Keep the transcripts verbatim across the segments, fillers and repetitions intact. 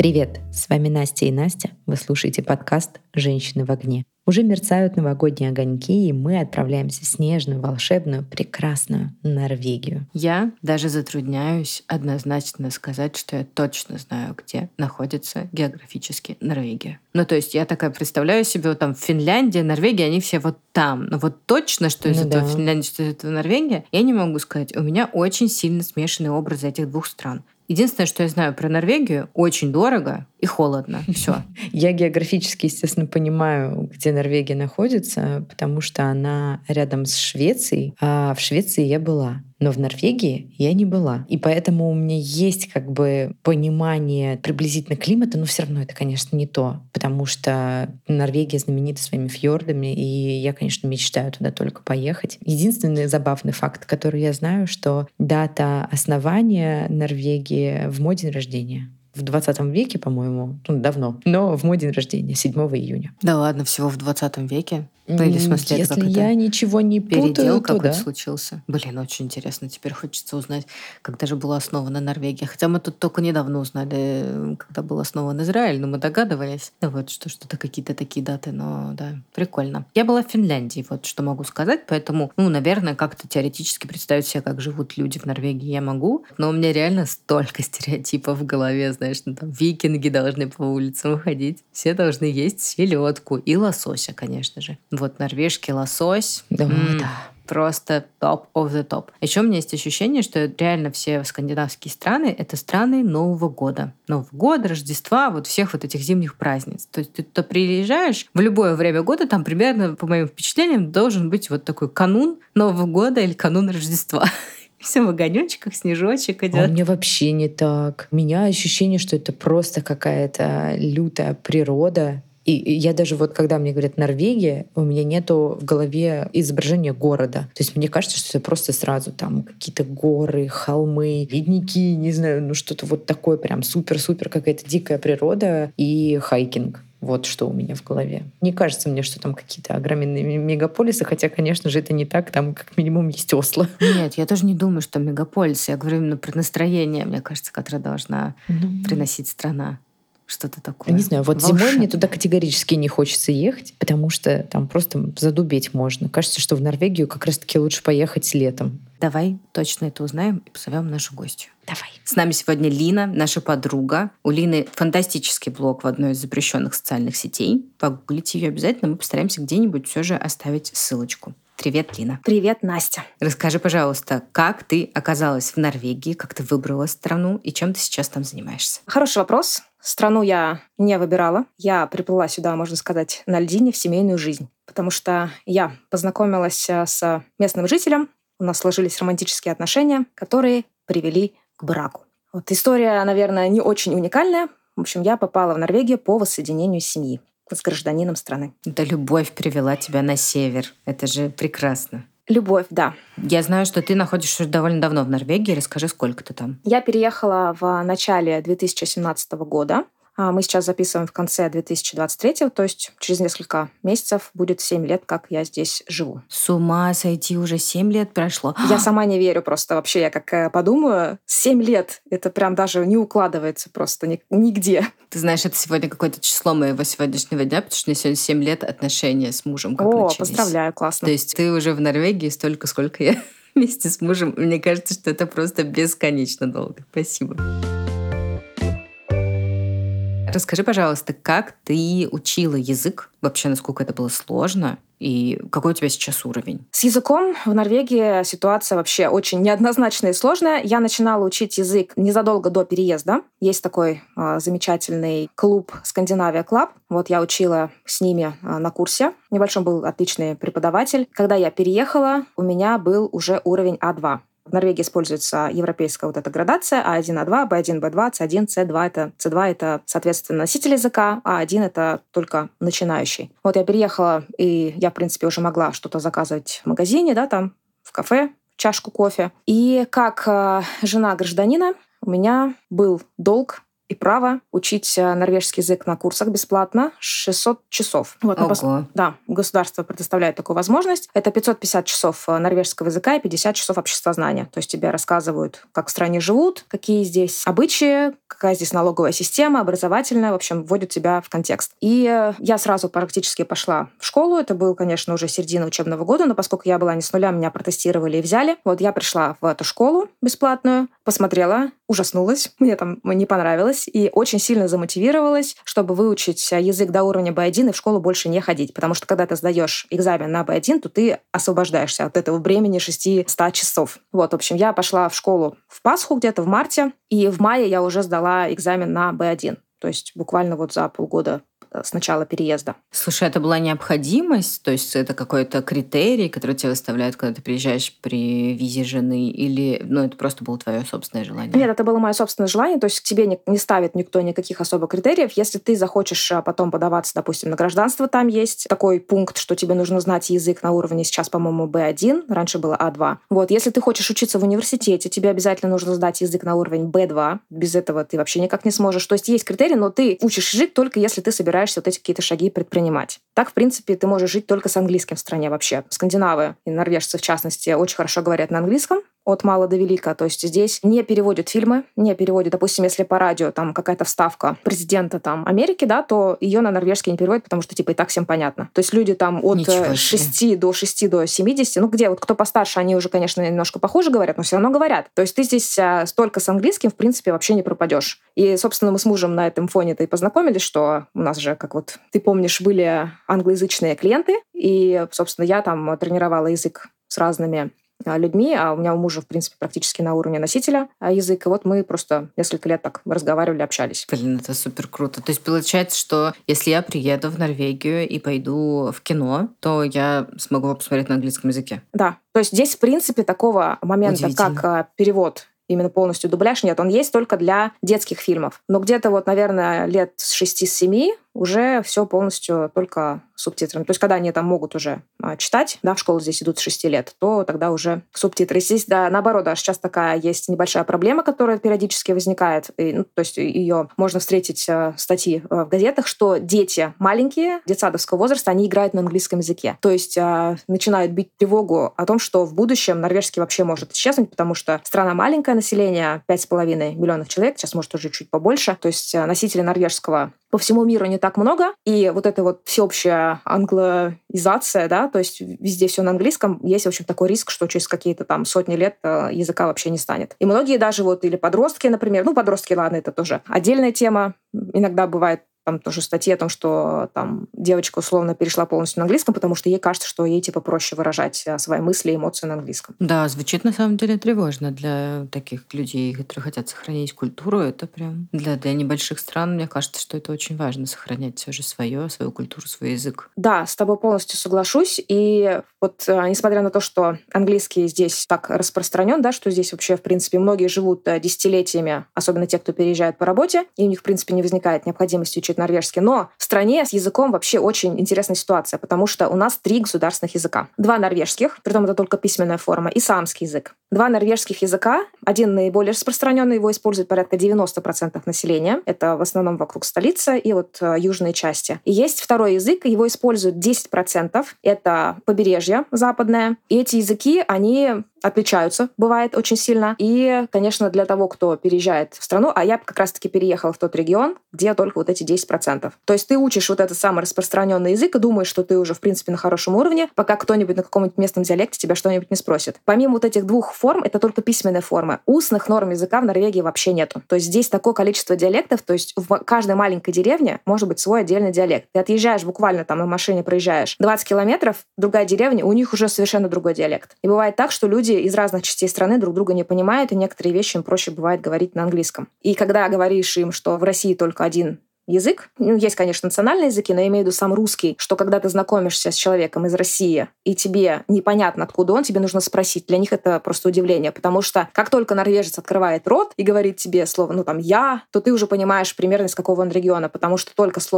Привет, с вами Настя и Настя. Вы слушаете подкаст «Женщины в огне». Уже мерцают новогодние огоньки, и мы отправляемся в снежную, волшебную, прекрасную Норвегию. Я даже затрудняюсь однозначно сказать, что я точно знаю, где находится географически Норвегия. Ну, то есть я такая представляю себе, вот там Финляндия, Норвегия, они все вот там. Но вот точно, что из Ну этого да. Финляндия, что из этого Норвегия, я не могу сказать. У меня очень сильно смешанные образы этих двух стран. Единственное, что я знаю про Норвегию, очень дорого и холодно. Все. Я географически, естественно, понимаю, где Норвегия находится, потому что она рядом с Швецией, а в Швеции я была. Но в Норвегии я не была. И поэтому у меня есть как бы понимание приблизительно климата, но все равно это, конечно, не то. Потому что Норвегия знаменита своими фьордами, и я, конечно, мечтаю туда только поехать. Единственный забавный факт, который я знаю, что дата основания Норвегии в мой день рождения. В двадцатом веке, по-моему, ну, давно, но в мой день рождения, седьмого июня. Да ладно, всего в двадцатом веке? Ну, или в смысле, это Если как я это ничего не путаю, передел то какой-то да. случился? Блин, очень интересно. Теперь хочется узнать, когда же была основана Норвегия. Хотя мы тут только недавно узнали, когда был основан Израиль, но мы догадывались. Ну вот, что что-то какие-то такие даты, но да, прикольно. Я была в Финляндии, вот что могу сказать, поэтому, ну, наверное, как-то теоретически представить себе, как живут люди в Норвегии я могу, но у меня реально столько стереотипов в голове, знаешь, ну там викинги должны по улицам ходить, все должны есть селедку и лосося, конечно же. Вот норвежский лосось. Да, м, да. Просто топ of the top. Еще у меня есть ощущение, что реально все скандинавские страны — это страны Нового года. Нового года, Рождества, вот всех вот этих зимних праздниц. То есть ты туда приезжаешь, в любое время года там примерно, по моим впечатлениям, должен быть вот такой канун Нового года или канун Рождества. Все в огонечках, снежочек А у идет. меня вообще не так. У меня ощущение, что это просто какая-то лютая природа. И и я даже вот, когда мне говорят Норвегия, у меня нету в голове изображения города. То есть мне кажется, что это просто сразу там какие-то горы, холмы, ледники, не знаю, ну что-то вот такое прям супер-супер какая-то дикая природа и хайкинг. Вот что у меня в голове. Не кажется мне, что там какие-то огроменные мегаполисы, хотя, конечно же, это не так. Там как минимум есть Осло. Нет, я тоже не думаю, что мегаполис. Я говорю именно про настроение, мне кажется, которое должна Ну, приносить страна. Что-то такое не знаю, вот зимой мне волшебное. туда категорически не хочется ехать, потому что там просто задубеть можно. Кажется, что в Норвегию как раз-таки лучше поехать летом. Давай точно это узнаем и позовем нашу гостью. Давай. С нами сегодня Лина, наша подруга. У Лины фантастический блог в одной из запрещенных социальных сетей. Погуглите ее обязательно, мы постараемся где-нибудь все же оставить ссылочку. Привет, Лина. Привет, Настя. Расскажи, пожалуйста, как ты оказалась в Норвегии, как ты выбрала страну и чем ты сейчас там занимаешься? Хороший вопрос. Страну я не выбирала. Я приплыла сюда, можно сказать, на льдине в семейную жизнь. Потому что я познакомилась с местным жителем, у нас сложились романтические отношения, которые привели к браку. Вот история, наверное, не очень уникальная. В общем, я попала в Норвегию по воссоединению семьи с гражданином страны. Да, любовь привела тебя на север. Это же прекрасно. Любовь, да. Я знаю, что ты находишься довольно давно в Норвегии. Расскажи, сколько ты там? Я переехала в начале две тысячи семнадцатого года. А Мы сейчас записываем в конце две тысячи двадцать третьего, то есть через несколько месяцев будет семь лет, как я здесь живу. С ума сойти, уже семь лет прошло. Я сама не верю просто вообще. Я как э, подумаю, семь лет, это прям даже не укладывается просто ни- нигде. Ты знаешь, это сегодня какое-то число моего сегодняшнего дня, потому что мне сегодня семь лет отношения с мужем как О, начались. поздравляю, классно. То есть ты уже в Норвегии столько, сколько я вместе с мужем. Мне кажется, что это просто бесконечно долго. Спасибо. Расскажи, пожалуйста, как ты учила язык? Вообще, насколько это было сложно? И какой у тебя сейчас уровень? С языком в Норвегии ситуация вообще очень неоднозначная и сложная. Я начинала учить язык незадолго до переезда. Есть такой э, замечательный клуб «Скандинавия Клаб». Вот я учила с ними э, на курсе. Небольшом был отличный преподаватель. Когда я переехала, у меня был уже уровень а два. В Норвегии используется европейская вот эта градация а один, а два, бэ один, бэ два, цэ один, цэ два. Это, цэ два — это, соответственно, носитель языка, а один — это только начинающий. Вот я переехала, и я, в принципе, уже могла что-то заказывать в магазине, да, там, в кафе, чашку кофе. И как э, жена гражданина у меня был долг и право учить норвежский язык на курсах бесплатно шестьсот часов. Вот, Ого. Пос... Да, государство предоставляет такую возможность. Это пятьсот пятьдесят часов норвежского языка и пятьдесят часов обществознания. То есть тебе рассказывают, как в стране живут, какие здесь обычаи, какая здесь налоговая система, образовательная. В общем, вводят тебя в контекст. И я сразу практически пошла в школу. Это был, конечно, уже середина учебного года, но поскольку я была не с нуля, меня протестировали и взяли. Вот я пришла в эту школу бесплатную, посмотрела, ужаснулась, мне там не понравилось и очень сильно замотивировалась, чтобы выучить язык до уровня би один и в школу больше не ходить. Потому что когда ты сдаешь экзамен на би один, то ты освобождаешься от этого времени шестьсот часов. Вот, в общем, я пошла в школу в Пасху где-то в марте, и в мае я уже сдала экзамен на би один. То есть буквально вот за полгода с начала переезда. Слушай, это была необходимость? То есть это какой-то критерий, который тебе выставляют, когда ты приезжаешь при визе жены? Или ну, это просто было твое собственное желание? Нет, это было мое собственное желание. То есть к тебе не, не ставит никто никаких особо критериев. Если ты захочешь потом подаваться, допустим, на гражданство, там есть такой пункт, что тебе нужно знать язык на уровне сейчас, по-моему, би один. Раньше было а два. Вот. Если ты хочешь учиться в университете, тебе обязательно нужно сдать язык на уровень би два. Без этого ты вообще никак не сможешь. То есть есть критерии, но ты учишь язык только если ты собираешься вот эти какие-то шаги предпринимать. Так, в принципе, ты можешь жить только с английским в стране вообще. Скандинавы и норвежцы, в частности, очень хорошо говорят на английском от мала до велика. То есть здесь не переводят фильмы, не переводят, допустим, если по радио там какая-то вставка президента там Америки, да, то ее на норвежский не переводят, потому что типа и так всем понятно. То есть люди там от шести до шести до семидесяти, ну где вот кто постарше, они уже, конечно, немножко похуже говорят, но все равно говорят. То есть ты здесь столько с английским, в принципе, вообще не пропадешь. И, собственно, мы с мужем на этом фоне-то и познакомились, что у нас же, как вот ты помнишь, были англоязычные клиенты, и, собственно, я там тренировала язык с разными людьми, а у меня у мужа, в принципе, практически на уровне носителя язык. И вот мы просто несколько лет так разговаривали, общались. Блин, это супер круто. То есть получается, что если я приеду в Норвегию и пойду в кино, то я смогу посмотреть на английском языке? Да. То есть здесь, в принципе, такого момента, как перевод, именно полностью дубляж, нет. Он есть только для детских фильмов. Но где-то вот, наверное, лет с шести-семи уже все полностью только субтитрами. То есть когда они там могут уже а, читать, да, в школу здесь идут с шести лет, то тогда уже субтитры. Здесь, да, наоборот, да, сейчас такая есть небольшая проблема, которая периодически возникает. И, ну, то есть ее можно встретить а, статьи а, в газетах, что дети маленькие, детсадовского возраста, они играют на английском языке. То есть а, начинают бить тревогу о том, что в будущем норвежский вообще может исчезнуть, потому что страна маленькая, население пять с половиной миллионов человек, сейчас может уже чуть побольше. То есть а, носителей норвежского по всему миру не так много, и вот эта вот всеобщая англоизация, да, то есть везде все на английском, есть, в общем, такой риск, что через какие-то там сотни лет языка вообще не станет. И многие даже вот, или подростки, например, ну, подростки, ладно, это тоже отдельная тема, иногда бывает там тоже статьи о том, что там девочка условно перешла полностью на английском, потому что ей кажется, что ей типа проще выражать свои мысли и эмоции на английском. Да, звучит на самом деле тревожно для таких людей, которые хотят сохранить культуру. Это прям для, для небольших стран, мне кажется, что это очень важно, сохранять все же свое, свою культуру, свой язык. Да, с тобой полностью соглашусь. И вот несмотря на то, что английский здесь так распространен, да, что здесь вообще, в принципе, многие живут десятилетиями, особенно те, кто переезжает по работе, и у них, в принципе, не возникает необходимости учить норвежский. Но в стране с языком вообще очень интересная ситуация, потому что у нас три государственных языка. Два норвежских, притом это только письменная форма, и саамский язык. Два норвежских языка. Один наиболее распространенный, его использует порядка девяносто процентов населения. Это в основном вокруг столицы и вот южные части. И есть второй язык, его используют десять процентов. Это побережье западное. И эти языки, они отличаются, бывает, очень сильно. И, конечно, для того, кто переезжает в страну, а я как раз-таки переехала в тот регион, где только вот эти десять процентов. То есть ты учишь вот этот самый распространенный язык и думаешь, что ты уже, в принципе, на хорошем уровне, пока кто-нибудь на каком-нибудь местном диалекте тебя что-нибудь не спросит. Помимо вот этих двух форм, это только письменная форма. Устных норм языка в Норвегии вообще нету. То есть здесь такое количество диалектов, то есть в каждой маленькой деревне может быть свой отдельный диалект. Ты отъезжаешь буквально там на машине, проезжаешь двадцать километров, другая деревня, у них уже совершенно другой диалект. И бывает так, что люди из разных частей страны друг друга не понимают, и некоторые вещи им проще бывает говорить на английском. И когда говоришь им, что в России только один язык, ну, есть, конечно, национальные языки, но я имею в виду сам русский, что когда ты знакомишься с человеком из России, и тебе непонятно, откуда он, тебе нужно спросить. Для них это просто удивление, потому что как только норвежец открывает рот и говорит тебе слово, ну, там, «я», то ты уже понимаешь примерно, из какого он региона, потому что только слово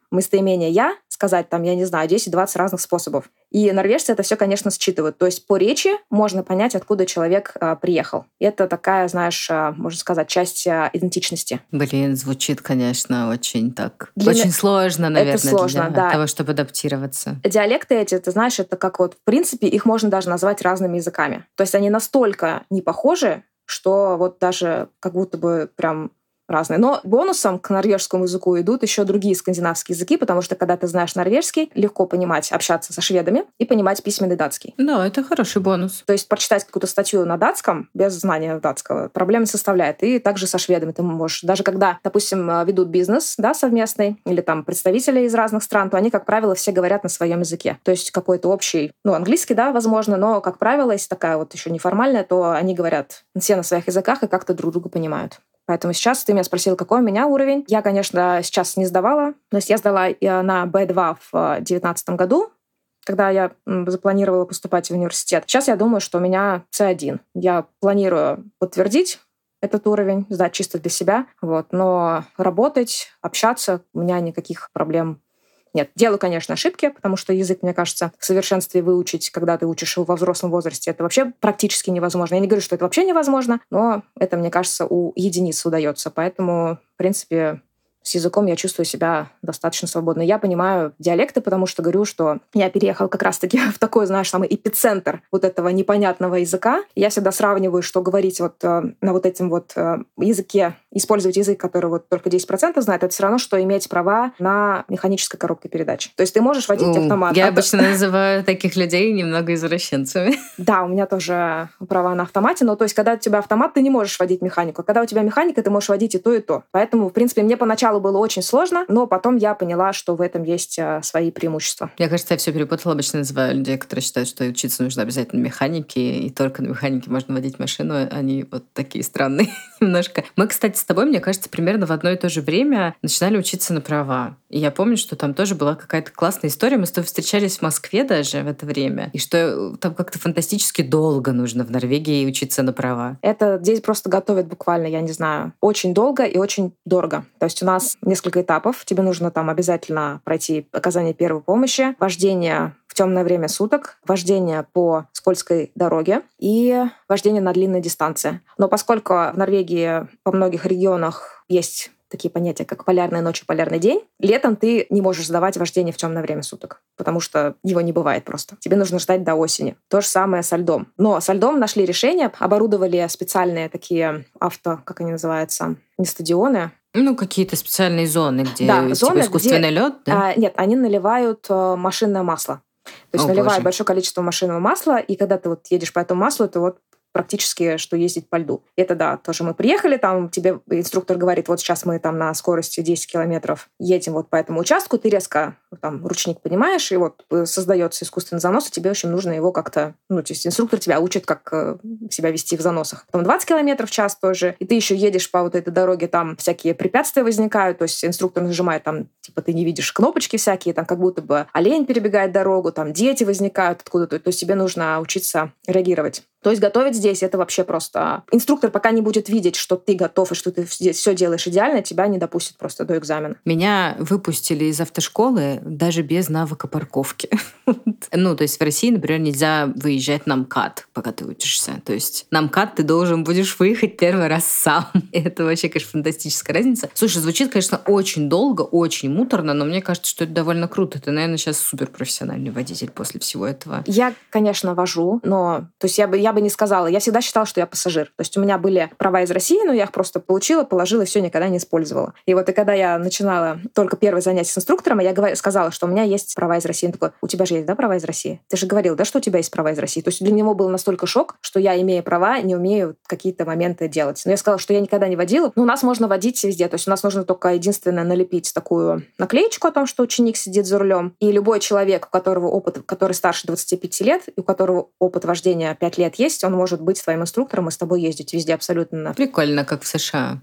местоимение «я» сказать, там, я не знаю, десять-двадцать разных способов. И норвежцы это все, конечно, считывают. То есть по речи можно понять, откуда человек а, приехал. И это такая, знаешь, а, можно сказать, часть а, идентичности. Блин, звучит, конечно, очень так... Для... Очень сложно, наверное, это сложно, для да. того, чтобы адаптироваться. Диалекты эти, ты знаешь, это как вот, в принципе, их можно даже назвать разными языками. То есть они настолько не похожи, что вот даже как будто бы прям разные. Но бонусом к норвежскому языку идут еще другие скандинавские языки, потому что когда ты знаешь норвежский, легко понимать, общаться со шведами и понимать письменный датский. Да, это хороший бонус. То есть прочитать какую-то статью на датском без знания датского проблем не составляет. И также со шведами ты можешь. Даже когда, допустим, ведут бизнес, да, совместный, или там представители из разных стран, то они, как правило, все говорят на своем языке. То есть какой-то общий, ну, английский, да, возможно, но, как правило, если такая вот еще неформальная, то они говорят все на своих языках и как-то друг друга понимают. Поэтому сейчас ты меня спросил, какой у меня уровень. Я, конечно, сейчас не сдавала. То есть я сдала на би два в две тысячи девятнадцатом году, когда я запланировала поступать в университет. Сейчас я думаю, что у меня си один. Я планирую подтвердить этот уровень, сдать чисто для себя. Вот. Но работать, общаться, у меня никаких проблем нет. Делаю, конечно, ошибки, потому что язык, мне кажется, в совершенстве выучить, когда ты учишь его во взрослом возрасте, это вообще практически невозможно. Я не говорю, что это вообще невозможно, но это, мне кажется, у единиц удается. Поэтому, в принципе, с языком я чувствую себя достаточно свободно. Я понимаю диалекты, потому что говорю, что я переехала как раз-таки в такой, знаешь, самый эпицентр вот этого непонятного языка. Я всегда сравниваю, что говорить вот э, на вот этом вот э, языке, использовать язык, который вот только десять процентов знает, это все равно, что иметь права на механической коробке передач. То есть ты можешь водить У, автомат. Я а обычно ты... называю таких людей немного извращенцами. Да, у меня тоже права на автомате, но то есть когда у тебя автомат, ты не можешь водить механику. Когда у тебя механика, ты можешь водить и то, и то. Поэтому, в принципе, мне поначалу было очень сложно, но потом я поняла, что в этом есть свои преимущества. Мне кажется, я все перепутала. Обычно называю людей, которые считают, что учиться нужно обязательно механике, и только на механике можно водить машину. Они вот такие странные немножко. Мы, кстати, с тобой, мне кажется, примерно в одно и то же время начинали учиться на права. И я помню, что там тоже была какая-то классная история. Мы с тобой встречались в Москве даже в это время, и что там как-то фантастически долго нужно в Норвегии учиться на права. Это здесь просто готовят буквально, я не знаю, очень долго и очень дорого. То есть у нас несколько этапов. Тебе нужно там обязательно пройти оказание первой помощи, вождение в темное время суток, вождение по скользкой дороге и вождение на длинной дистанции. Но поскольку в Норвегии во многих регионах есть такие понятия, как полярная ночь и полярный день, летом ты не можешь сдавать вождение в темное время суток, потому что его не бывает просто. Тебе нужно ждать до осени. То же самое со льдом. Но со льдом нашли решение, оборудовали специальные такие авто, как они называются, не стадионы, ну, какие-то специальные зоны, где да, типа зоны, искусственный где, лед, да? А, нет, они наливают а, машинное масло. То есть О, наливают боже. большое количество машинного масла, и когда ты вот едешь по этому маслу, это вот практически, что ездить по льду. Это да, тоже мы приехали, там тебе инструктор говорит, вот сейчас мы там на скорости десять километров едем вот по этому участку, ты резко там ручник поднимаешь, и вот создается искусственный занос, и тебе, в общем, нужно его как-то, ну, то есть инструктор тебя учит, как э, себя вести в заносах. Потом двадцать километров в час тоже, и ты еще едешь по вот этой дороге, там всякие препятствия возникают, то есть инструктор нажимает, там, типа, ты не видишь кнопочки всякие, там, как будто бы олень перебегает дорогу, там, дети возникают откуда-то, то есть тебе нужно учиться реагировать. То есть готовить здесь это вообще просто... Инструктор пока не будет видеть, что ты готов и что ты здесь все делаешь идеально, тебя не допустит просто до экзамена. Меня выпустили из автошколы даже без навыка парковки. Ну, то есть в России, например, нельзя выезжать на МКАД, пока ты учишься. То есть на МКАД ты должен будешь выехать первый раз сам. Это вообще, конечно, фантастическая разница. Слушай, звучит, конечно, очень долго, очень муторно, но мне кажется, что это довольно круто. Ты, наверное, сейчас суперпрофессиональный водитель после всего этого. Я, конечно, вожу, но... То есть я бы, я бы не сказала. Я всегда считала, что я пассажир. То есть у меня были права из России, но я их просто получила, положила, и все, никогда не использовала. И вот и когда я начинала только первое занятие с инструктором, я говор... сказала, что у меня есть права из России. Он такой, у тебя же есть, да, права из России? Ты же говорил, да, что у тебя есть права из России? То есть для него был настолько шок, что я, имея права, не умею какие-то моменты делать. Но я сказала, что я никогда не водила. Но у нас можно водить везде. То есть у нас нужно только единственное налепить такую наклеечку о том, что ученик сидит за рулем. И любой человек, у которого опыт, который старше двадцати пяти лет, и у которого опыт вождения пять лет есть, он может быть твоим инструктором и с тобой ездить везде абсолютно. Прикольно, как в США.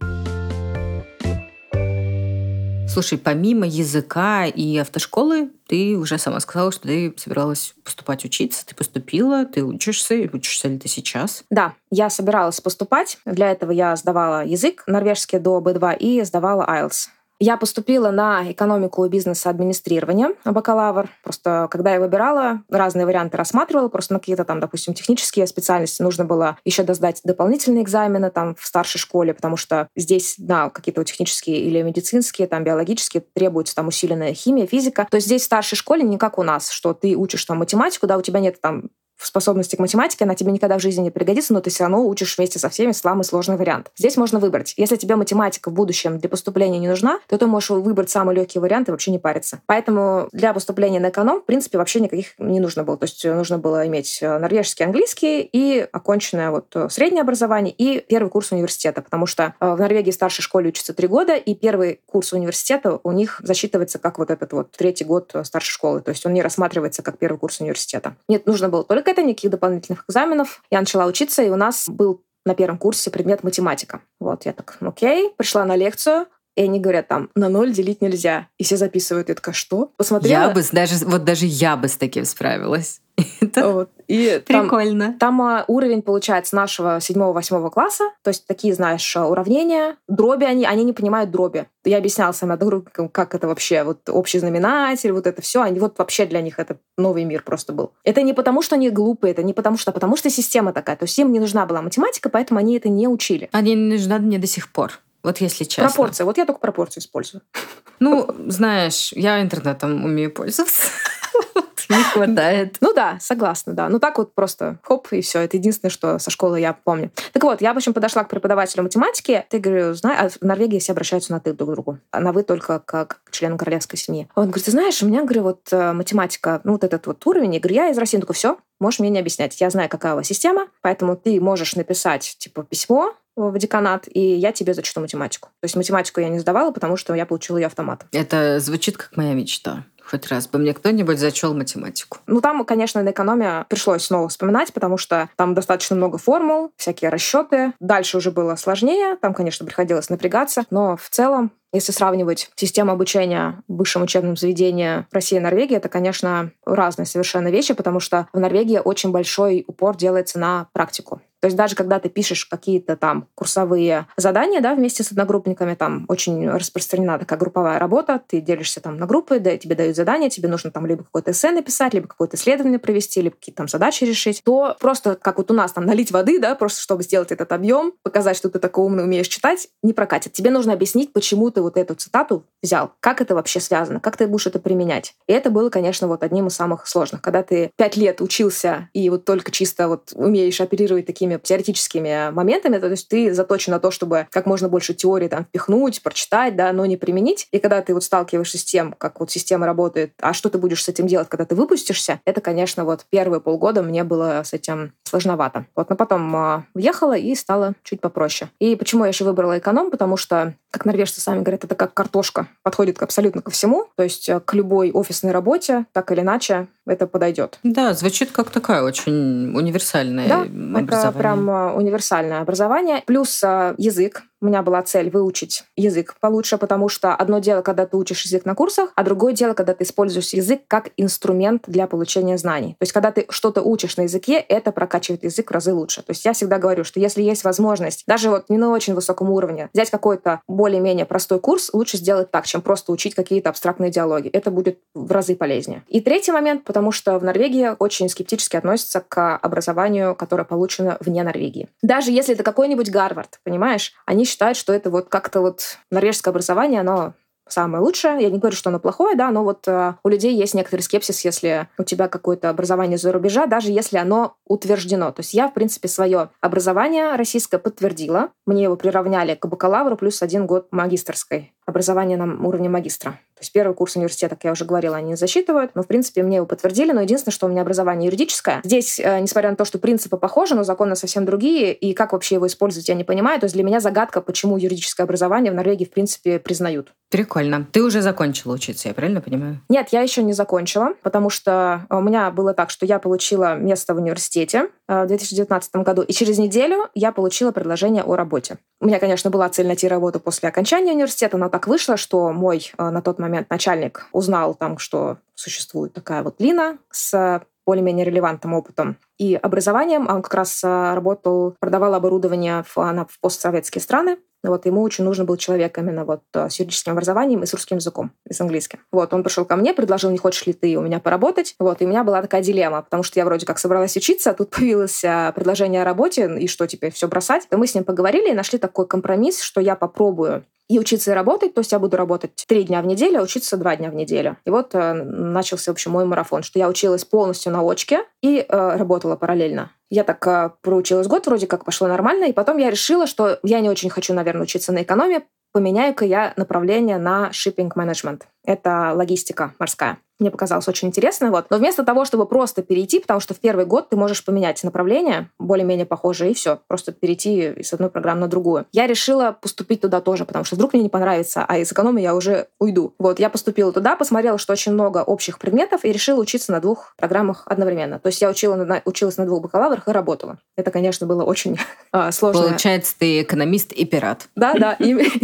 Слушай, помимо языка и автошколы, ты уже сама сказала, что ты собиралась поступать учиться. Ты поступила, ты учишься. Учишься ли ты сейчас? Да, я собиралась поступать. Для этого я сдавала язык норвежский до би два и сдавала айлтс. Я поступила на экономику и бизнес-администрирование, бакалавр. Просто когда я выбирала, разные варианты рассматривала. Просто на какие-то там, допустим, технические специальности нужно было еще досдать дополнительные экзамены там в старшей школе, потому что здесь, да, какие-то вот технические или медицинские, там биологические, требуется там усиленная химия, физика. То есть здесь в старшей школе не как у нас, что ты учишь там математику, да, у тебя нет там способности к математике, она тебе никогда в жизни не пригодится, но ты все равно учишь вместе со всеми самый сложный вариант. Здесь можно выбрать. Если тебе математика в будущем для поступления не нужна, то ты можешь выбрать самый легкий вариант и вообще не париться. Поэтому для поступления на эконом, в принципе, вообще никаких не нужно было. То есть нужно было иметь норвежский, английский и оконченное вот среднее образование и первый курс университета, потому что в Норвегии в старшей школе учатся три года, и первый курс университета у них засчитывается как вот этот вот третий год старшей школы. То есть он не рассматривается как первый курс университета. Нет, нужно было только это, никаких дополнительных экзаменов. Я начала учиться, и у нас был на первом курсе предмет математика. Вот, я так, окей, пришла на лекцию, и они говорят, там, на ноль делить нельзя. И все записывают. Я такая, что? Посмотрела. Я бы, даже, вот даже я бы с таким справилась. Вот. И прикольно. Там, там уровень, получается, нашего седьмого-восьмого класса. То есть такие, знаешь, уравнения. Дроби они, они не понимают дроби. Я объясняла сама другу, как это вообще, вот общий знаменатель, вот это все. Они вот вообще для них это новый мир просто был. Это не потому, что они глупые, это не потому, что, а потому что система такая. То есть им не нужна была математика, поэтому они это не учили. Они не нужна мне до сих пор. Вот если честно. Пропорция. Вот я только пропорцию использую. Ну, знаешь, я интернетом умею пользоваться. Не хватает. Ну да, согласна, да. Ну так вот просто хоп, и все. Это единственное, что со школы я помню. Так вот, я, в общем, подошла к преподавателю математики. Ты, говорю, знаешь, а в Норвегии все обращаются на «ты» друг к другу. А на «вы» только как к члену королевской семьи. Он говорит, ты знаешь, у меня, говорю, вот математика, ну вот этот вот уровень. Я говорю, я из России. Он такой, все, можешь мне не объяснять. Я знаю, какая у вас система, поэтому ты можешь написать, типа, письмо в деканат, и я тебе зачту математику. То есть математику я не сдавала, потому что я получила ее автоматом. Это звучит как моя мечта. Хоть раз бы мне кто-нибудь зачел математику. Ну, там, конечно, на экономе пришлось снова вспоминать, потому что там достаточно много формул, всякие расчеты. Дальше уже было сложнее, там, конечно, приходилось напрягаться, но в целом, если сравнивать систему обучения в высшем учебном заведении России и Норвегии, это, конечно, разные совершенно вещи, потому что в Норвегии очень большой упор делается на практику. То есть даже когда ты пишешь какие-то там курсовые задания, да, вместе с одногруппниками, там очень распространена такая групповая работа, ты делишься там на группы, да, тебе дают задания, тебе нужно там либо какое-то эссе написать, либо какое-то исследование провести, либо какие-то там задачи решить, то просто как вот у нас там налить воды, да, просто чтобы сделать этот объем, показать, что ты такой умный, умеешь читать, не прокатит. Тебе нужно объяснить, почему ты вот эту цитату взял, как это вообще связано, как ты будешь это применять. И это было, конечно, вот одним из самых сложных. Когда ты пять лет учился и вот только чисто вот умеешь оперировать такими теоретическими моментами, то есть ты заточен на то, чтобы как можно больше теории там впихнуть, прочитать, да, но не применить. И когда ты вот сталкиваешься с тем, как вот система работает, а что ты будешь с этим делать, когда ты выпустишься, это, конечно, вот первые полгода мне было с этим сложновато. Вот, но потом э, уехала и стало чуть попроще. И почему я еще выбрала эконом? Потому что, как норвежцы сами говорят, это как картошка, подходит абсолютно ко всему, то есть к любой офисной работе, так или иначе, это подойдет. Да, звучит как такая очень универсальная да, образование. Это прям универсальное образование. Плюс язык. У меня была цель выучить язык получше, потому что одно дело, когда ты учишь язык на курсах, а другое дело, когда ты используешь язык как инструмент для получения знаний. То есть когда ты что-то учишь на языке, это прокачивает язык в разы лучше. То есть я всегда говорю, что если есть возможность, даже вот не на очень высоком уровне, взять какой-то более-менее простой курс, лучше сделать так, чем просто учить какие-то абстрактные диалоги. Это будет в разы полезнее. И третий момент, потому что в Норвегии очень скептически относятся к образованию, которое получено вне Норвегии. Даже если это какой-нибудь Гарвард, понимаешь, они считают, что это вот как-то вот норвежское образование, оно самое лучшее. Я не говорю, что оно плохое, да, но вот э, у людей есть некоторый скепсис, если у тебя какое-то образование за рубежа, даже если оно утверждено. То есть я, в принципе, свое образование российское подтвердила. Мне его приравняли к бакалавру плюс один год магистерской. Образование на уровне магистра. То есть первый курс университета, как я уже говорила, они не засчитывают. Но, в принципе, мне его подтвердили. Но единственное, что у меня образование юридическое. Здесь, э, несмотря на то, что принципы похожи, но законы совсем другие. И как вообще его использовать, я не понимаю. То есть для меня загадка, почему юридическое образование в Норвегии, в принципе, признают. Прикольно. Ты уже закончила учиться, я правильно понимаю? Нет, я еще не закончила, потому что у меня было так, что я получила место в университете в две тысячи девятнадцатом году, и через неделю я получила предложение о работе. У меня, конечно, была цель найти работу после окончания университета, но так вышло, что мой на тот момент начальник узнал там, что существует такая вот Лина с более-менее релевантным опытом и образованием. Он как раз работал, продавал оборудование в, на, в постсоветские страны, Вот, ему очень нужен был человек именно вот с юридическим образованием и с русским языком, и с английским. Вот, он пришел ко мне, предложил, не хочешь ли ты у меня поработать. Вот, и у меня была такая дилемма, потому что я вроде как собралась учиться, а тут появилось предложение о работе, и что теперь, все бросать? И мы с ним поговорили и нашли такой компромисс, что я попробую и учиться, и работать. То есть я буду работать три дня в неделю, а учиться два дня в неделю. И вот э, начался, в общем, мой марафон, что я училась полностью на очке и э, работала параллельно. Я так э, проучилась год, вроде как пошло нормально, и потом я решила, что я не очень хочу, наверное, учиться на экономе, поменяю-ка я направление на shipping management. Это логистика морская. Мне показалось очень интересно. Вот. Но вместо того, чтобы просто перейти, потому что в первый год ты можешь поменять направление, более-менее похожее, и все, просто перейти из одной программы на другую. Я решила поступить туда тоже, потому что вдруг мне не понравится, а из эконома я уже уйду. Вот, я поступила туда, посмотрела, что очень много общих предметов, и решила учиться на двух программах одновременно. То есть я учила на, училась на двух бакалаврах и работала. Это, конечно, было очень сложно. Получается, ты экономист и пират. Да, да.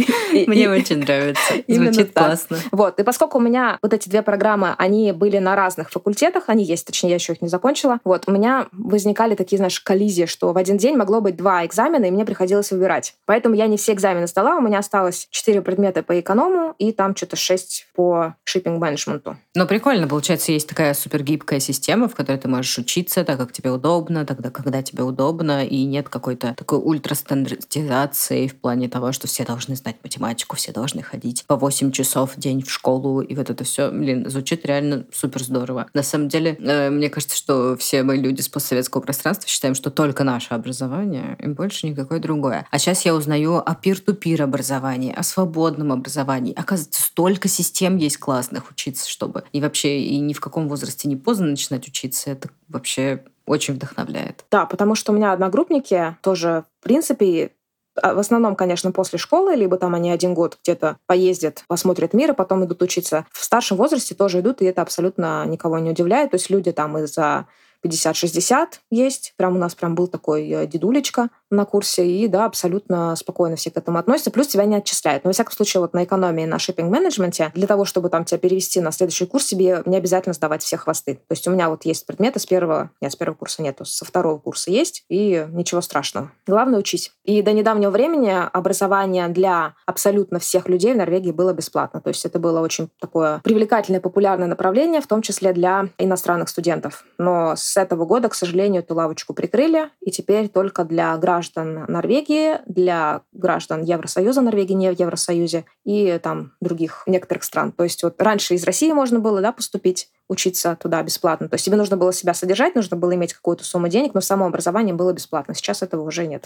Мне очень нравится. Звучит классно. Вот, и поскольку у меня вот эти две программы, они были на разных факультетах, они есть, точнее, я еще их не закончила. Вот, у меня возникали такие, знаешь, коллизии, что в один день могло быть два экзамена, и мне приходилось выбирать. Поэтому я не все экзамены сдала, у меня осталось четыре предмета по эконому и там что-то шесть по шиппинг-менеджменту. Ну, прикольно, получается, есть такая супергибкая система, в которой ты можешь учиться так, как тебе удобно, тогда, когда тебе удобно, и нет какой-то такой ультрастандартизации в плане того, что все должны знать математику, все должны ходить по восемь часов в день в школу, и вот это все, блин, звучит реально супер здорово. На самом деле, э, мне кажется, что все мы люди с постсоветского пространства считаем, что только наше образование и больше никакое другое. А сейчас я узнаю о пир-ту-пир образовании, о свободном образовании. Оказывается, столько систем есть классных учиться, чтобы и вообще и ни в каком возрасте не поздно начинать учиться. Это вообще очень вдохновляет. Да, потому что у меня одногруппники тоже, в принципе, в основном, конечно, после школы, либо там они один год где-то поездят, посмотрят мир, и потом идут учиться. В старшем возрасте тоже идут, и это абсолютно никого не удивляет. То есть люди там из-за пятьдесят-шестьдесят есть. Прям у нас прям был такой дедулечка на курсе, и да, абсолютно спокойно все к этому относятся. Плюс тебя не отчисляют. Но, во всяком случае, вот на экономии, на шиппинг-менеджменте, для того, чтобы там тебя перевести на следующий курс, тебе не обязательно сдавать все хвосты. То есть у меня вот есть предметы с первого, нет, с первого курса нету, со второго курса есть, и ничего страшного. Главное — учись. И до недавнего времени образование для абсолютно всех людей в Норвегии было бесплатно. То есть это было очень такое привлекательное, популярное направление, в том числе для иностранных студентов. Но с этого года, к сожалению, эту лавочку прикрыли, и теперь только для граждан Норвегии, для граждан Евросоюза, Норвегии не в Евросоюзе, и там других некоторых стран. То есть вот раньше из России можно было, да, поступить, учиться туда бесплатно. То есть тебе нужно было себя содержать, нужно было иметь какую-то сумму денег, но само образование было бесплатно. Сейчас этого уже нет.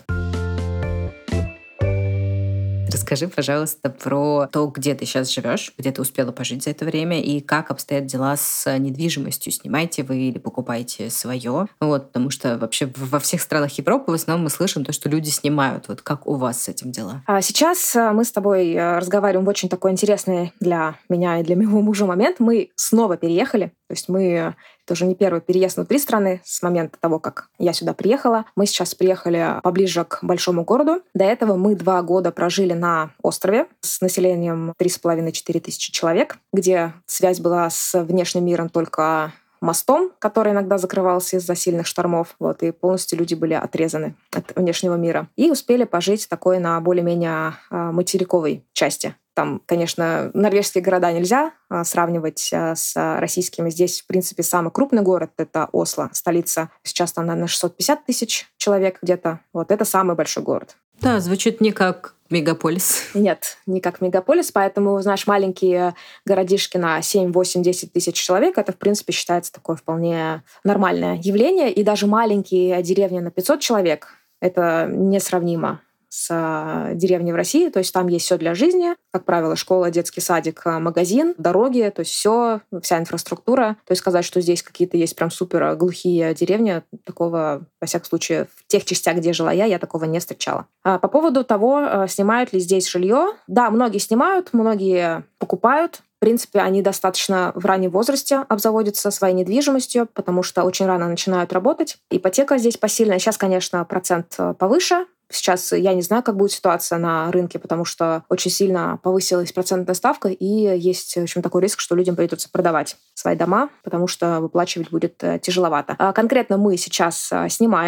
Расскажи, пожалуйста, про то, где ты сейчас живешь, где ты успела пожить за это время, и как обстоят дела с недвижимостью. Снимаете вы или покупаете свое? Вот, потому что вообще во всех странах Европы в основном мы слышим то, что люди снимают. Вот как у вас с этим дела? Сейчас мы с тобой разговариваем в очень такой интересный для меня и для моего мужа момент. Мы снова переехали. То есть мы... Это уже не первый переезд внутри страны с момента того, как я сюда приехала. Мы сейчас приехали поближе к большому городу. До этого мы два года прожили на острове с населением три с половиной-четыре тысячи человек, где связь была с внешним миром только мостом, который иногда закрывался из-за сильных штормов. Вот, и полностью люди были отрезаны от внешнего мира. И успели пожить такой на более-менее материковой части. Там, конечно, норвежские города нельзя а, сравнивать а, с российскими. Здесь, в принципе, самый крупный город — это Осло, столица. Сейчас там, наверное, шестьсот пятьдесят тысяч человек где-то. Вот это самый большой город. Да, звучит не как мегаполис. Нет, не как мегаполис, поэтому, знаешь, маленькие городишки на семь, восемь, десять тысяч человек — это, в принципе, считается такое вполне нормальное явление. И даже маленькие деревни на пятьсот человек — это несравнимо с деревней в России. То есть там есть все для жизни. Как правило, школа, детский садик, магазин, дороги, то есть все, вся инфраструктура. То есть сказать, что здесь какие-то есть прям супер глухие деревни, такого, во всяком случае, в тех частях, где жила я, я такого не встречала. А по поводу того, снимают ли здесь жилье. Да, многие снимают, многие покупают. В принципе, они достаточно в раннем возрасте обзаводятся своей недвижимостью, потому что очень рано начинают работать. Ипотека здесь посильная. Сейчас, конечно, процент повыше. Сейчас я не знаю, как будет ситуация на рынке, потому что очень сильно повысилась процентная ставка, и есть, в общем, такой риск, что людям придется продавать свои дома, потому что выплачивать будет тяжеловато. Конкретно мы сейчас снимаем.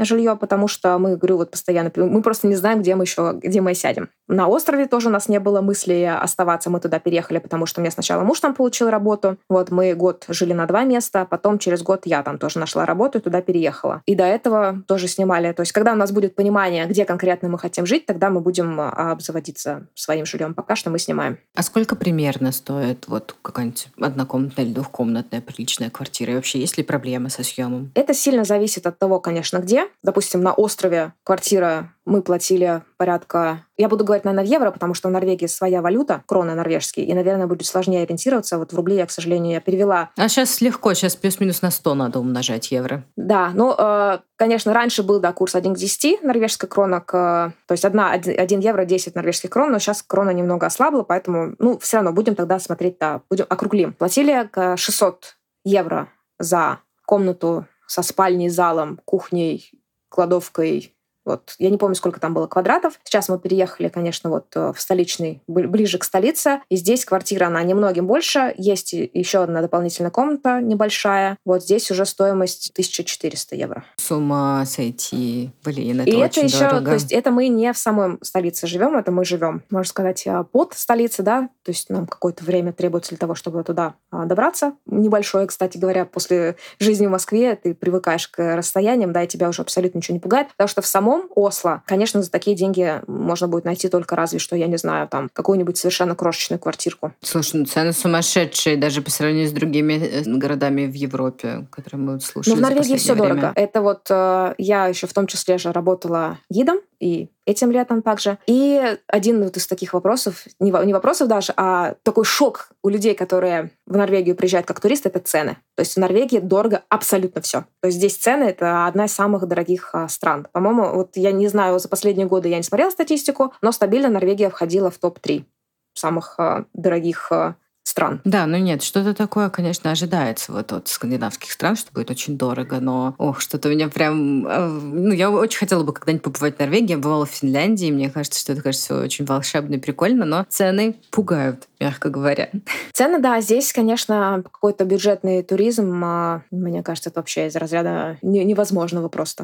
жилье, потому что мы, говорю, вот постоянно, мы просто не знаем, где мы еще, где мы сядем. На острове тоже у нас не было мысли оставаться, мы туда переехали, потому что у меня сначала муж там получил работу, вот мы год жили на два места, потом через год я там тоже нашла работу и туда переехала. И до этого тоже снимали. То есть когда у нас будет понимание, где конкретно мы хотим жить, тогда мы будем обзаводиться своим жильем. Пока что мы снимаем. А сколько примерно стоит вот какая-нибудь однокомнатная или двухкомнатная приличная квартира? И вообще есть ли проблемы со съемом? Это сильно зависит от того, конечно, где. Допустим, на острове квартира мы платили порядка... Я буду говорить, наверное, в евро, потому что в Норвегии своя валюта, крона норвежские, и, наверное, будет сложнее ориентироваться. Вот в рубли я, к сожалению, я перевела. А сейчас легко, сейчас плюс-минус на сто надо умножать евро. Да, ну, э, конечно, раньше был, да, курс один к десяти норвежская крона, к, то есть одна, один евро десять норвежских крон, но сейчас крона немного ослабла, поэтому, ну, все равно будем тогда смотреть, да, будем округлим. Платили шестьсот евро за комнату со спальней, залом, кухней, кладовкой. Вот. Я не помню, сколько там было квадратов. Сейчас мы переехали, конечно, вот в столичный, ближе к столице. И здесь квартира, она немногим больше. Есть еще одна дополнительная комната небольшая. Вот здесь уже стоимость тысяча четыреста евро. С ума сойти. Блин, это И очень это еще, дорого. то есть это мы не в самой столице живем, это мы живем, можно сказать, под столицей, да, то есть нам какое-то время требуется для того, чтобы туда добраться. Небольшое, кстати говоря, после жизни в Москве ты привыкаешь к расстояниям, да, и тебя уже абсолютно ничего не пугает, потому что в самом Осло, конечно, за такие деньги можно будет найти только разве что, я не знаю, там, какую-нибудь совершенно крошечную квартирку. Слушай, ну цены сумасшедшие, даже по сравнению с другими городами в Европе, которые мы слушали. Ну, в Норвегии все время. дорого. Это вот э, я еще в том числе же работала гидом, и этим летом также. И один вот из таких вопросов, не вопросов даже, а такой шок у людей, которые в Норвегию приезжают как туристы, это цены. То есть в Норвегии дорого абсолютно все. То есть здесь цены — это одна из самых дорогих стран. По-моему, вот я не знаю, за последние годы я не смотрела статистику, но стабильно Норвегия входила в топ три самых дорогих стран. Да, ну нет, что-то такое, конечно, ожидается вот от скандинавских стран, что будет очень дорого, но, ох, что-то у меня прям... Ну, я очень хотела бы когда-нибудь побывать в Норвегии, я бывала в Финляндии, мне кажется, что это, кажется, очень волшебно и прикольно, но цены пугают, мягко говоря. Цены, да, здесь, конечно, какой-то бюджетный туризм, мне кажется, это вообще из разряда невозможного просто.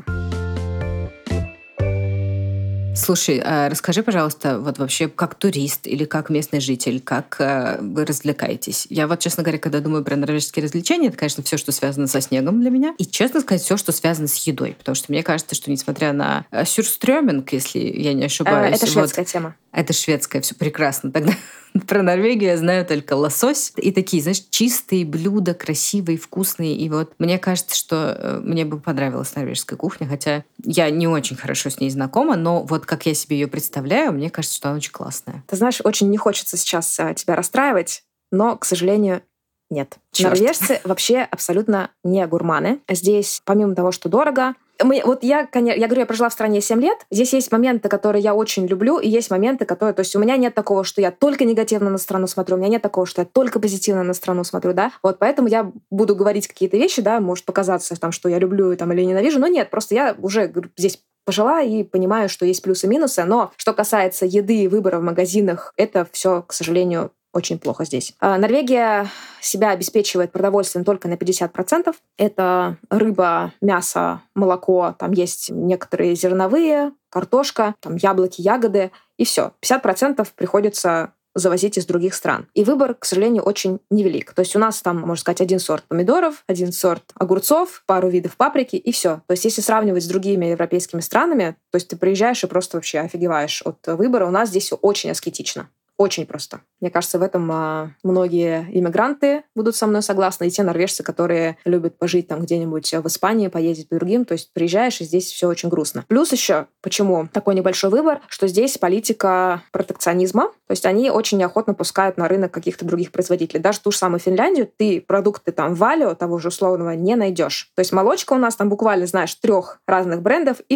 Слушай, а расскажи, пожалуйста, вот вообще как турист или как местный житель, как э, вы развлекаетесь? Я вот, честно говоря, когда думаю про норвежские развлечения, это, конечно, все, что связано со снегом для меня. И, честно сказать, все, что связано с едой. Потому что мне кажется, что несмотря на сюрстрёминг, если я не ошибаюсь... Это шведская вот, тема. Это шведская, все прекрасно. Тогда про Норвегию я знаю только лосось. И такие, знаешь, чистые блюда, красивые, вкусные. И вот мне кажется, что мне бы понравилась норвежская кухня, хотя я не очень хорошо с ней знакома, но вот как я себе ее представляю, мне кажется, что она очень классная. Ты знаешь, очень не хочется сейчас тебя расстраивать, но, к сожалению, нет. Чёрт. Норвежцы вообще абсолютно не гурманы. Здесь, помимо того, что дорого, мы, вот я, конечно, я говорю, я прожила в стране семь лет. Здесь есть моменты, которые я очень люблю, и есть моменты, которые... То есть у меня нет такого, что я только негативно на страну смотрю, у меня нет такого, что я только позитивно на страну смотрю, да. Вот поэтому я буду говорить какие-то вещи, да, может показаться, там, что я люблю там, или ненавижу, но нет, просто я уже говорю, здесь пожила и понимаю, что есть плюсы и минусы, но что касается еды и выбора в магазинах, это все, к сожалению, очень плохо здесь. Норвегия себя обеспечивает продовольствием только на пятьдесят процентов. Это рыба, мясо, молоко, там есть некоторые зерновые, картошка, там яблоки, ягоды, и все. пятьдесят процентов приходится завозить из других стран. И выбор, к сожалению, очень невелик. То есть у нас там, можно сказать, один сорт помидоров, один сорт огурцов, пару видов паприки, и все. То есть если сравнивать с другими европейскими странами, то есть ты приезжаешь и просто вообще офигеваешь от выбора. У нас здесь все очень аскетично. Очень просто. Мне кажется, в этом а, многие иммигранты будут со мной согласны, и те норвежцы, которые любят пожить там где-нибудь в Испании, поездить по другим. То есть приезжаешь, и здесь все очень грустно. Плюс еще, почему такой небольшой выбор, что здесь политика протекционизма. То есть они очень неохотно пускают на рынок каких-то других производителей. Даже ту же самую Финляндию ты продукты там Валио, того же условного, не найдешь. То есть молочка у нас там буквально, знаешь, трех разных брендов, и все.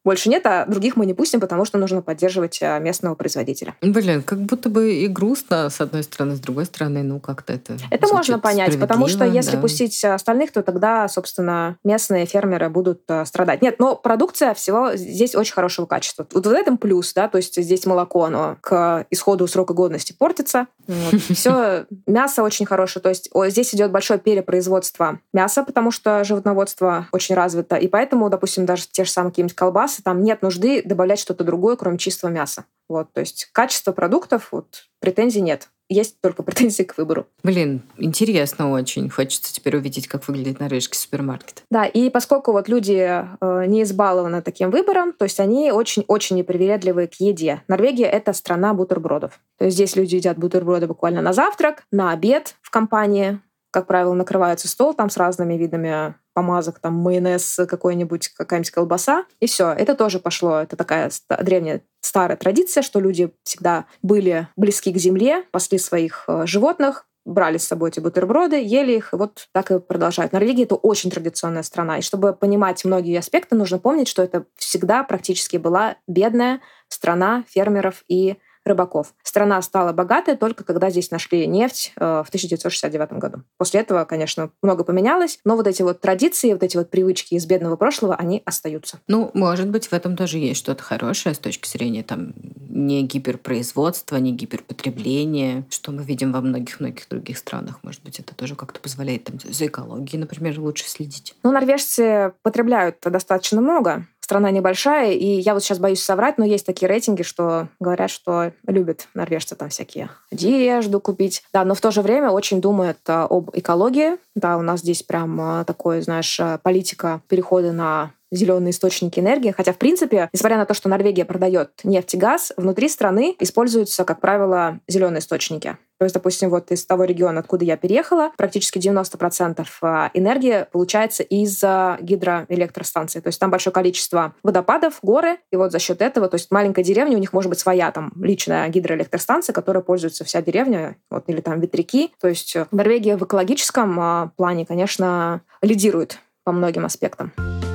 больше нет, а других мы не пустим, потому что нужно поддерживать местного производителя. Блин, как будто бы и грустно, с одной стороны, с другой стороны, ну как-то это Это можно понять, потому что если да. пустить остальных, то тогда, собственно, местные фермеры будут страдать. Нет, но продукция всего здесь очень хорошего качества. Вот в этом плюс, да, то есть здесь молоко, оно к исходу срока годности портится. Вот. Все, мясо очень хорошее, то есть здесь идет большое перепроизводство мяса, потому что животноводство очень развито, и поэтому, допустим, даже те же самые какие-нибудь колбасы, там нет нужды добавлять что-то другое, кроме чистого мяса. Вот, то есть качество продуктов, вот, претензий нет. Есть только претензии к выбору. Блин, интересно очень. Хочется теперь увидеть, как выглядит норвежский супермаркет. Да, и поскольку вот люди э, не избалованы таким выбором, то есть они очень-очень непривередливы к еде. Норвегия — это страна бутербродов. То есть здесь люди едят бутерброды буквально на завтрак, на обед в компании. Как правило, накрывается стол там с разными видами помазок, там майонез, какой-нибудь, какая-нибудь колбаса, и все. Это тоже пошло. Это такая древняя старая традиция, что люди всегда были близки к земле, пасли своих э, животных, брали с собой эти бутерброды, ели их, и вот так и продолжают. Норвегия — это очень традиционная страна, и чтобы понимать многие аспекты, нужно помнить, что это всегда практически была бедная страна фермеров и рыбаков. Страна стала богатой только когда здесь нашли нефть в тысяча девятьсот шестьдесят девятом году. После этого, конечно, много поменялось, но вот эти вот традиции, вот эти вот привычки из бедного прошлого, они остаются. Ну, может быть, в этом тоже есть что-то хорошее с точки зрения там не гиперпроизводства, не гиперпотребления, что мы видим во многих-многих других странах. Может быть, это тоже как-то позволяет там за экологией, например, лучше следить. Ну, норвежцы потребляют достаточно много. Страна небольшая, и я вот сейчас боюсь соврать, но есть такие рейтинги, что говорят, что любят норвежцы там всякие одежду купить. Да, но в то же время очень думают об экологии. Да, у нас здесь прям такое, знаешь, политика перехода на зеленые источники энергии. Хотя, в принципе, несмотря на то, что Норвегия продает нефть и газ, внутри страны используются, как правило, зеленые источники. То есть, допустим, вот из того региона, откуда я переехала, практически девяносто процентов энергии получается из гидроэлектростанций. То есть там большое количество водопадов, горы, и вот за счет этого, то есть маленькая деревня, у них может быть своя там личная гидроэлектростанция, которой пользуется вся деревня, вот, или там ветряки. То есть Норвегия в экологическом плане, конечно, лидирует по многим аспектам.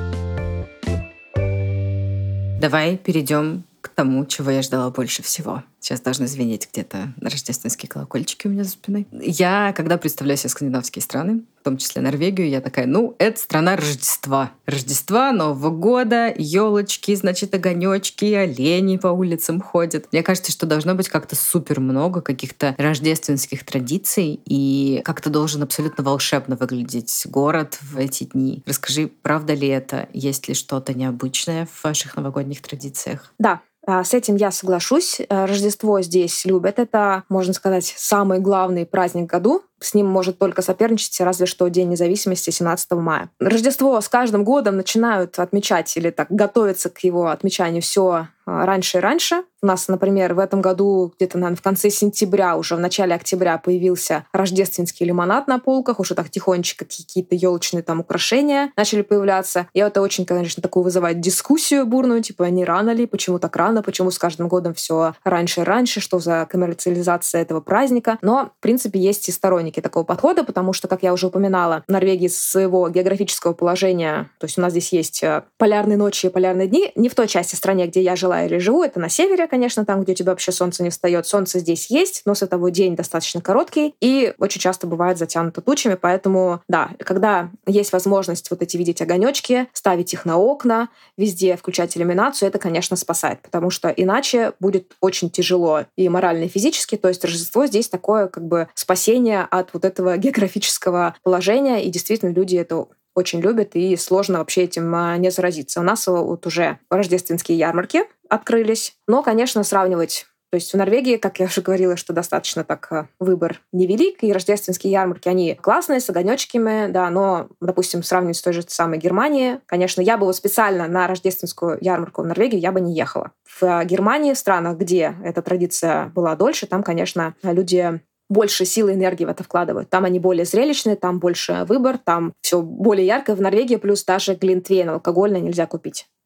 Давай перейдем к тому, чего я ждала больше всего. Сейчас должны звенеть где-то рождественские колокольчики у меня за спиной. Я, когда представляю себе скандинавские страны, в том числе Норвегию, я такая, ну, это страна Рождества. Рождества, Нового года, елочки, значит, огонечки, олени по улицам ходят. Мне кажется, что должно быть как-то супер много каких-то рождественских традиций, и как-то должен абсолютно волшебно выглядеть город в эти дни. Расскажи, правда ли это? Есть ли что-то необычное в ваших новогодних традициях? Да. С этим я соглашусь. Рождество здесь любят. Это, можно сказать, самый главный праздник в году. С ним может только соперничать разве что День независимости семнадцатого мая. Рождество с каждым годом начинают отмечать или так готовиться к его отмечанию все раньше и раньше. У нас, например, в этом году где-то, наверное, в конце сентября, уже в начале октября появился рождественский лимонад на полках, уже так тихонечко какие-то елочные там украшения начали появляться. И это очень, конечно, такую вызывает дискуссию бурную, типа, не рано ли, почему так рано, почему с каждым годом все раньше и раньше, что за коммерциализация этого праздника. Но, в принципе, есть и сторонники такого подхода, потому что, как я уже упоминала, Норвегия из своего географического положения, то есть у нас здесь есть полярные ночи и полярные дни, не в той части страны, где я жила или живу, это на севере, конечно, там, где у тебя вообще солнце не встает. Солнце здесь есть, но световой день достаточно короткий и очень часто бывает затянуто тучами, поэтому, да, когда есть возможность вот эти видеть огонечки, ставить их на окна, везде включать иллюминацию, это, конечно, спасает, потому что иначе будет очень тяжело и морально, и физически, то есть Рождество здесь такое как бы спасение от вот этого географического положения, и действительно люди это очень любят, и сложно вообще этим не заразиться. У нас вот уже рождественские ярмарки открылись, но, конечно, сравнивать. То есть в Норвегии, как я уже говорила, что достаточно так выбор невелик, и рождественские ярмарки, они классные, с огонечками, да, но, допустим, сравнивать с той же самой Германией, конечно, я бы вот специально на рождественскую ярмарку в Норвегию я бы не ехала. В Германии, в странах, где эта традиция была дольше, там, конечно, люди больше силы и энергии в это вкладывают. Там они более зрелищные, там больше выбор, там все более ярко. В Норвегии плюс даже глинтвейн алкогольный нельзя купить.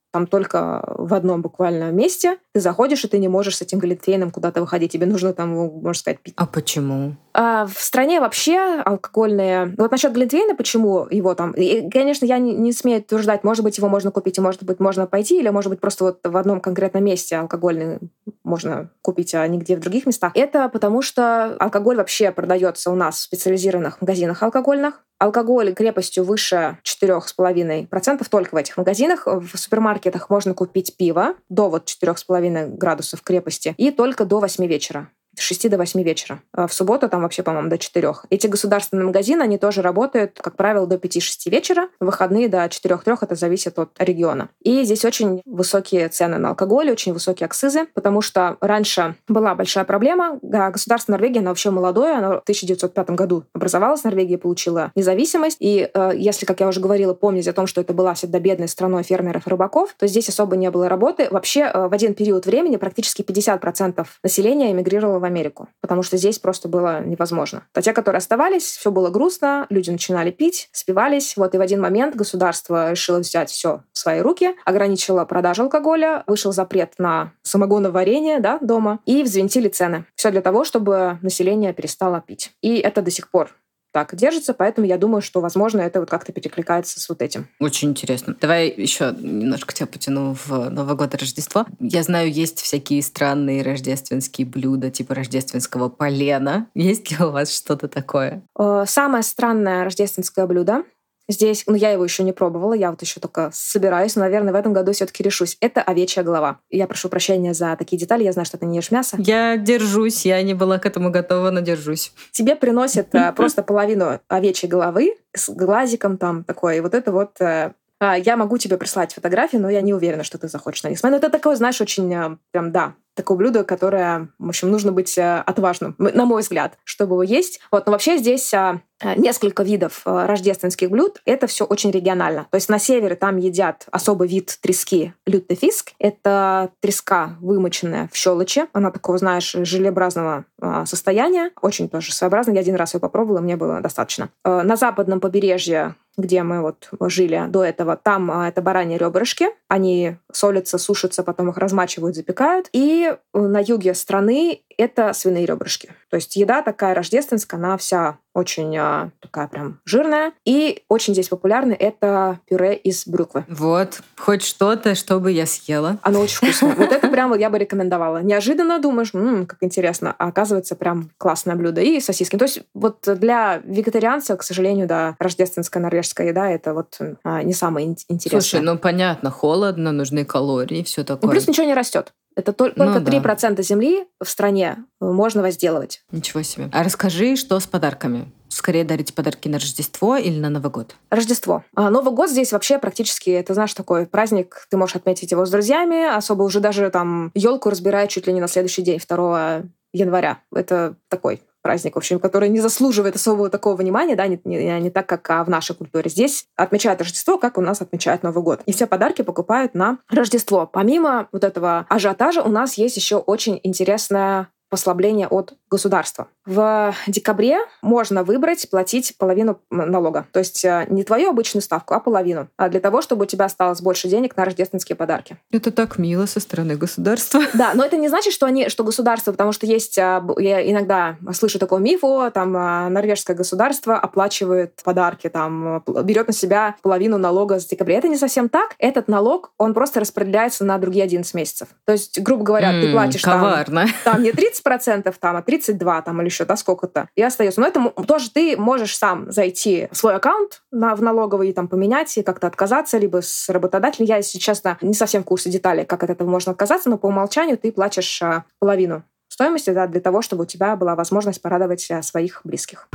там только в одном буквально месте. Ты заходишь, и ты не можешь с этим глинтвейном куда-то выходить. Тебе нужно там, можно сказать, пить. А почему? А в стране вообще алкогольные... Вот насчет глинтвейна, почему его там... И, конечно, я не, не смею утверждать, может быть, его можно купить, и, может быть, можно пойти, или, может быть, просто вот в одном конкретном месте алкогольный можно купить, а нигде в других местах. Это потому, что алкоголь вообще продается у нас в специализированных магазинах алкогольных. Алкоголь крепостью выше четыре с половиной процентов только в этих магазинах. В супермаркетах можно купить пиво до вот четыре с половиной градусов крепости и только до восьми вечера. с шести до восьми вечера. В субботу там вообще, по-моему, до четырёх. Эти государственные магазины, они тоже работают, как правило, до пяти-шести вечера. В выходные до четырёх-трёх, это зависит от региона. И здесь очень высокие цены на алкоголь, очень высокие акцизы, потому что раньше была большая проблема. Государство Норвегия, оно вообще молодое, оно в тысяча девятьсот пятом году образовалось, Норвегия получила независимость. И э, если, как я уже говорила, помнить о том, что это была всегда бедной страной фермеров и рыбаков, то здесь особо не было работы. Вообще э, в один период времени практически пятьдесят процентов населения эмигрировало в Америку, потому что здесь просто было невозможно. А те, которые оставались, все было грустно, люди начинали пить, спивались. Вот и в один момент государство решило взять все в свои руки, ограничило продажу алкоголя, вышел запрет на самогоноварение, да, дома, и взвинтили цены. Все для того, чтобы население перестало пить. И это до сих пор так держится, поэтому я думаю, что, возможно, это вот как-то перекликается с вот этим. Очень интересно. Давай еще немножко тебя потяну в Новый год и Рождество. Я знаю, есть всякие странные рождественские блюда, типа рождественского полена. Есть ли у вас что-то такое? Самое странное рождественское блюдо здесь, ну, я его еще не пробовала, я вот еще только собираюсь, но, наверное, в этом году все-таки решусь. Это овечья голова. Я прошу прощения за такие детали, я знаю, что ты не ешь мясо. Я держусь, я не была к этому готова, но держусь. Тебе приносят просто половину овечьей головы с глазиком там такой, и вот это вот... Я могу тебе прислать фотографии, но я не уверена, что ты захочешь на них смотреть. Но это такое, знаешь, очень прям, да, такое блюдо, которое, в общем, нужно быть отважным, на мой взгляд, чтобы его есть. Вот, но вообще здесь несколько видов рождественских блюд. Это все очень регионально. То есть на севере там едят особый вид трески лютефиск. Это треска, вымоченная в щелочи. Она такого, знаешь, желеобразного состояния. Очень тоже своеобразная. Я один раз ее попробовала, мне было достаточно. На западном побережье, где мы вот жили до этого, там это бараньи ребрышки. Они солятся, сушатся, потом их размачивают, запекают. И на юге страны это свиные ребрышки. То есть еда такая рождественская, она вся очень а, такая прям жирная. И очень здесь популярно это пюре из брюквы. Вот, хоть что-то, чтобы я съела. Оно очень вкусное. Вот это прям вот я бы рекомендовала. Неожиданно думаешь, м-м, как интересно, а оказывается прям классное блюдо. И сосиски. То есть вот для вегетарианца, к сожалению, да, рождественская норвежская еда это вот а, не самое интересное. Слушай, ну понятно, холодно, нужны калории, все такое. Ну плюс ничего не растет. Это только ну, три процента да. земли в стране можно возделывать. Ничего себе. А расскажи, что с подарками? Скорее дарите подарки на Рождество или на Новый год? Рождество. А Новый год здесь вообще практически, ты знаешь, такой праздник, ты можешь отметить его с друзьями, особо уже даже там елку разбирают чуть ли не на следующий день, второго января. Это такой праздник, в общем, который не заслуживает особого такого внимания, да, не, не, не так, как а в нашей культуре. Здесь отмечают Рождество, как у нас отмечают Новый год. И все подарки покупают на Рождество. Помимо вот этого ажиотажа у нас есть еще очень интересная послабление от государства. В декабре можно выбрать платить половину налога. То есть не твою обычную ставку, а половину. А для того, чтобы у тебя осталось больше денег на рождественские подарки. Это так мило со стороны государства. Да, но это не значит, что они, что государство, потому что есть, я иногда слышу такой миф, о, там норвежское государство оплачивает подарки, там берет на себя половину налога с декабря. Это не совсем так. Этот налог, он просто распределяется на другие одиннадцать месяцев. То есть, грубо говоря, mm, ты платишь коварно. там, там не тридцать процентов, там, а тридцать два процента там, или еще, да, сколько-то, и остается. Но это тоже ты можешь сам зайти в свой аккаунт на, в налоговый и там поменять, и как-то отказаться, либо с работодателем. Я, если честно, не совсем в курсе деталей, как от этого можно отказаться, но по умолчанию ты платишь а, половину стоимости, да, для того, чтобы у тебя была возможность порадовать а, своих близких.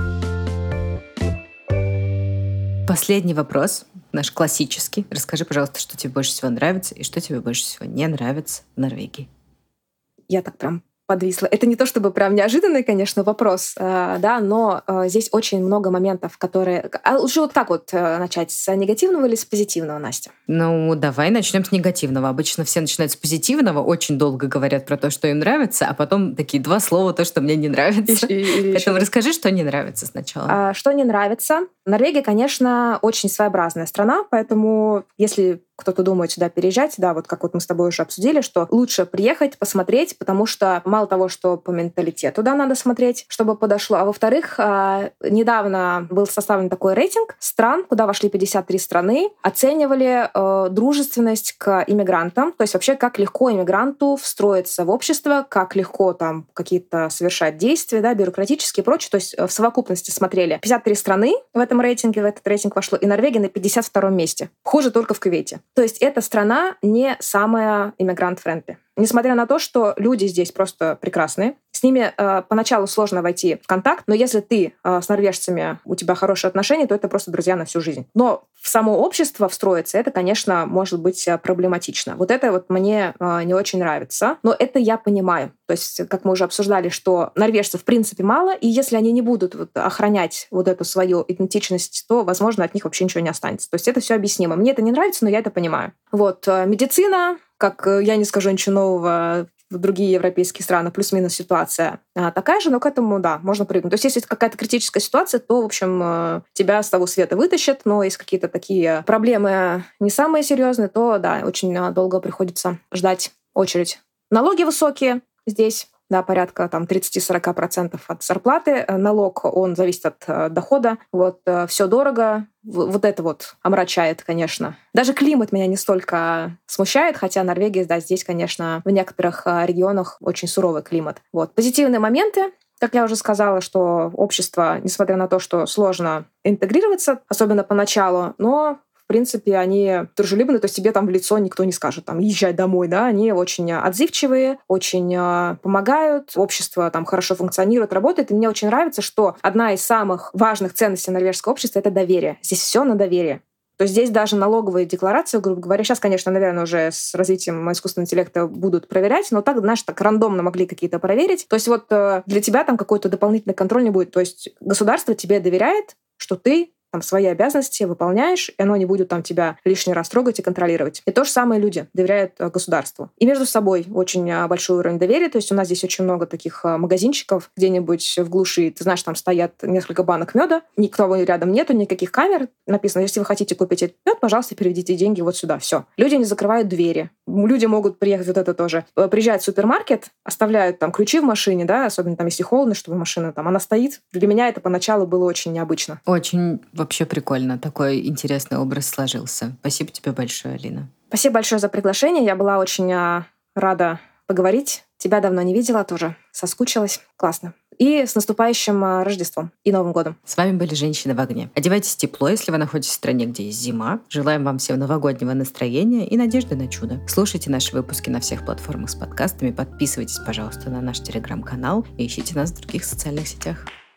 Последний вопрос, наш классический. Расскажи, пожалуйста, что тебе больше всего нравится и что тебе больше всего не нравится в Норвегии. Я так прям подвисла. Это не то чтобы прям неожиданный, конечно, вопрос, э, да, но э, здесь очень много моментов, которые... А лучше вот как вот э, начать, с негативного или с позитивного, Настя? Ну, давай начнем с негативного. Обычно все начинают с позитивного, очень долго говорят про то, что им нравится, а потом такие два слова, то, что мне не нравится. И, и, и Поэтому расскажи, что не нравится сначала. А, что не нравится? Норвегия, конечно, очень своеобразная страна, поэтому если кто-то думает сюда переезжать, да, вот как вот мы с тобой уже обсудили, что лучше приехать, посмотреть, потому что мало того, что по менталитету, да, надо смотреть, чтобы подошло, а во-вторых, недавно был составлен такой рейтинг стран, куда вошли пятьдесят три страны, оценивали э, дружественность к иммигрантам, то есть вообще как легко иммигранту встроиться в общество, как легко там какие-то совершать действия, да, бюрократические и прочее, то есть в совокупности смотрели пятьдесят три страны в этом рейтинге, в этот рейтинг вошло, и Норвегия на пятьдесят втором месте. Хуже только в Кувейте. То есть эта страна не самая иммигрант-френдли. Несмотря на то, что люди здесь просто прекрасные, с ними э, поначалу сложно войти в контакт, но если ты э, с норвежцами, у тебя хорошие отношения, то это просто друзья на всю жизнь. Но в само общество встроиться, это, конечно, может быть проблематично. Вот это вот мне э, не очень нравится, но это я понимаю. То есть, как мы уже обсуждали, что норвежцев в принципе мало, и если они не будут вот охранять вот эту свою идентичность, то, возможно, от них вообще ничего не останется. То есть это все объяснимо. Мне это не нравится, но я это понимаю. Вот, э, медицина, как я не скажу ничего нового, в другие европейские страны, плюс-минус ситуация такая же, но к этому, да, можно прыгнуть. То есть если какая-то критическая ситуация, то, в общем, тебя с того света вытащат, но если какие-то такие проблемы не самые серьезные, то, да, очень долго приходится ждать очередь. Налоги высокие здесь. Да, порядка там тридцать-сорок процентов от зарплаты. Налог, он зависит от э, дохода. Вот, э, все дорого. В, вот это вот омрачает, конечно. Даже климат меня не столько смущает, хотя Норвегия, да, здесь, конечно, в некоторых э, регионах очень суровый климат. Вот. Позитивные моменты. Как я уже сказала, что общество, несмотря на то, что сложно интегрироваться, особенно поначалу, но в принципе, они дружелюбны, то есть тебе там в лицо никто не скажет, там, езжай домой, да, они очень отзывчивые, очень э, помогают, общество там хорошо функционирует, работает, и мне очень нравится, что одна из самых важных ценностей норвежского общества — это доверие. Здесь все на доверие. То есть здесь даже налоговые декларации, грубо говоря, сейчас, конечно, наверное, уже с развитием искусственного интеллекта будут проверять, но так, знаешь, так рандомно могли какие-то проверить. То есть вот э, для тебя там какой-то дополнительный контроль не будет. То есть государство тебе доверяет, что ты там свои обязанности выполняешь, и оно не будет там тебя лишний раз трогать и контролировать. И то же самое люди доверяют государству. И между собой очень большой уровень доверия. То есть у нас здесь очень много таких магазинчиков где-нибудь в глуши. Ты знаешь, там стоят несколько банок меда, никого рядом нету, никаких камер. Написано, если вы хотите купить этот мед, пожалуйста, переведите деньги вот сюда. Все. Люди не закрывают двери. Люди могут приехать, вот это тоже. Приезжают в супермаркет, оставляют там ключи в машине, да, особенно там, если холодно, чтобы машина там, она стоит. Для меня это поначалу было очень необычно. Очень вообще прикольно. Такой интересный образ сложился. Спасибо тебе большое, Алина. Спасибо большое за приглашение. Я была очень а, рада поговорить. Тебя давно не видела, тоже соскучилась. Классно. И с наступающим а, Рождеством и Новым годом. С вами были «Женщины в огне». Одевайтесь тепло, если вы находитесь в стране, где есть зима. Желаем вам всем новогоднего настроения и надежды на чудо. Слушайте наши выпуски на всех платформах с подкастами. Подписывайтесь, пожалуйста, на наш телеграм-канал и ищите нас в других социальных сетях.